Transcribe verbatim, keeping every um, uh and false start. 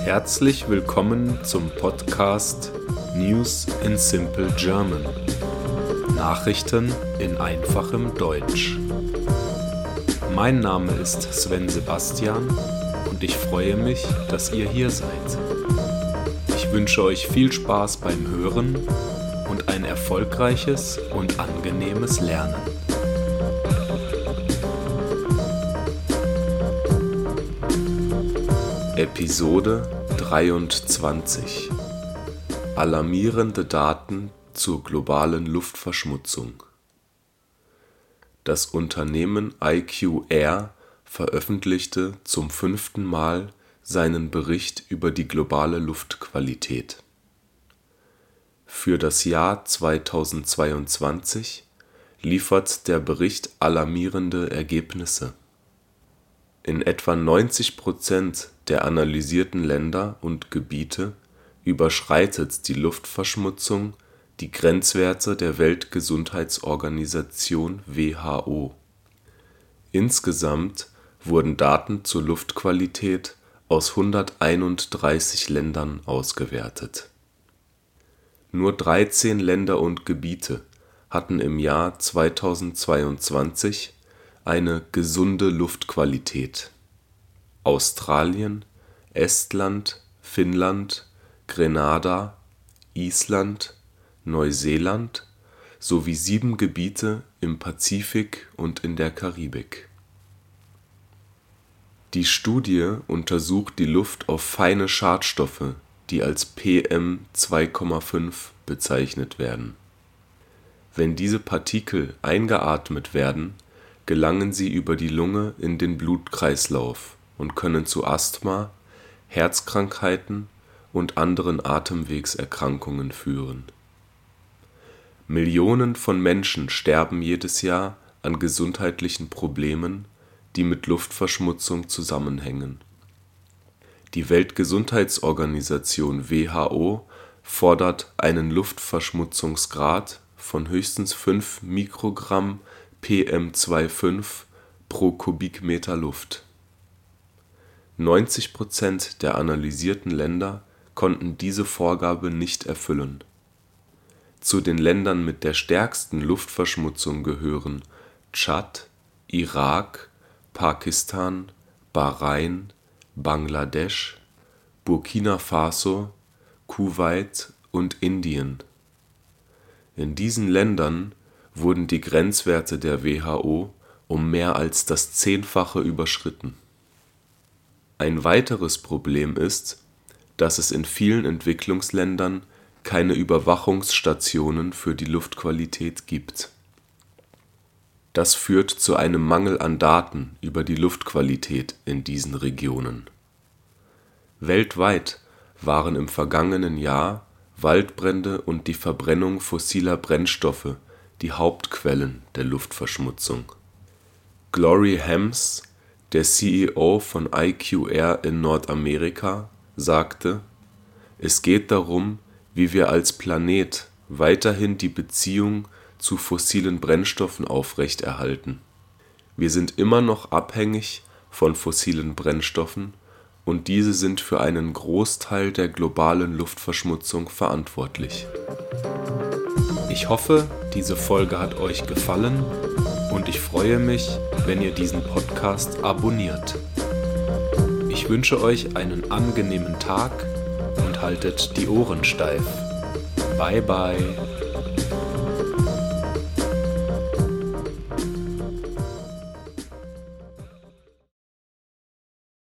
Herzlich willkommen zum Podcast News in Simple German. Nachrichten in einfachem Deutsch. Mein Name ist Sven Sebastian und ich freue mich, dass ihr hier seid. Ich wünsche euch viel Spaß beim Hören und ein erfolgreiches und angenehmes Lernen. Episode dreiundzwanzig. Alarmierende Daten zur globalen Luftverschmutzung. Das Unternehmen I Q R veröffentlichte zum fünften Mal seinen Bericht über die globale Luftqualität. Für das Jahr zweitausendzweiundzwanzig liefert der Bericht alarmierende Ergebnisse. In etwa neunzig Prozent der analysierten Länder und Gebiete überschreitet die Luftverschmutzung die Grenzwerte der Weltgesundheitsorganisation W H O. Insgesamt wurden Daten zur Luftqualität aus hunderteinunddreißig Ländern ausgewertet. Nur dreizehn Länder und Gebiete hatten im Jahr zweitausendzweiundzwanzig eine gesunde Luftqualität: Australien, Estland, Finnland, Grenada, Island, Neuseeland sowie sieben Gebiete im Pazifik und in der Karibik. Die Studie untersucht die Luft auf feine Schadstoffe, die als P M zwei Komma fünf bezeichnet werden. Wenn diese Partikel eingeatmet werden, gelangen sie über die Lunge in den Blutkreislauf und können zu Asthma, Herzkrankheiten und anderen Atemwegserkrankungen führen. Millionen von Menschen sterben jedes Jahr an gesundheitlichen Problemen, die mit Luftverschmutzung zusammenhängen. Die Weltgesundheitsorganisation W H O fordert einen Luftverschmutzungsgrad von höchstens fünf Mikrogramm P M zwei Komma fünf pro Kubikmeter Luft. neunzig Prozent der analysierten Länder konnten diese Vorgabe nicht erfüllen. Zu den Ländern mit der stärksten Luftverschmutzung gehören Tschad, Irak, Pakistan, Bahrain, Bangladesch, Burkina Faso, Kuwait und Indien. In diesen Ländern wurden die Grenzwerte der W H O um mehr als das Zehnfache überschritten. Ein weiteres Problem ist, dass es in vielen Entwicklungsländern keine Überwachungsstationen für die Luftqualität gibt. Das führt zu einem Mangel an Daten über die Luftqualität in diesen Regionen. Weltweit waren im vergangenen Jahr Waldbrände und die Verbrennung fossiler Brennstoffe die Hauptquellen der Luftverschmutzung. Glory Hams, der C E O von I Q R in Nordamerika, sagte: Es geht darum, wie wir als Planet weiterhin die Beziehung zu fossilen Brennstoffen aufrechterhalten. Wir sind immer noch abhängig von fossilen Brennstoffen und diese sind für einen Großteil der globalen Luftverschmutzung verantwortlich. Ich hoffe, diese Folge hat euch gefallen und ich freue mich, wenn ihr diesen Podcast abonniert. Ich wünsche euch einen angenehmen Tag und haltet die Ohren steif. Bye bye.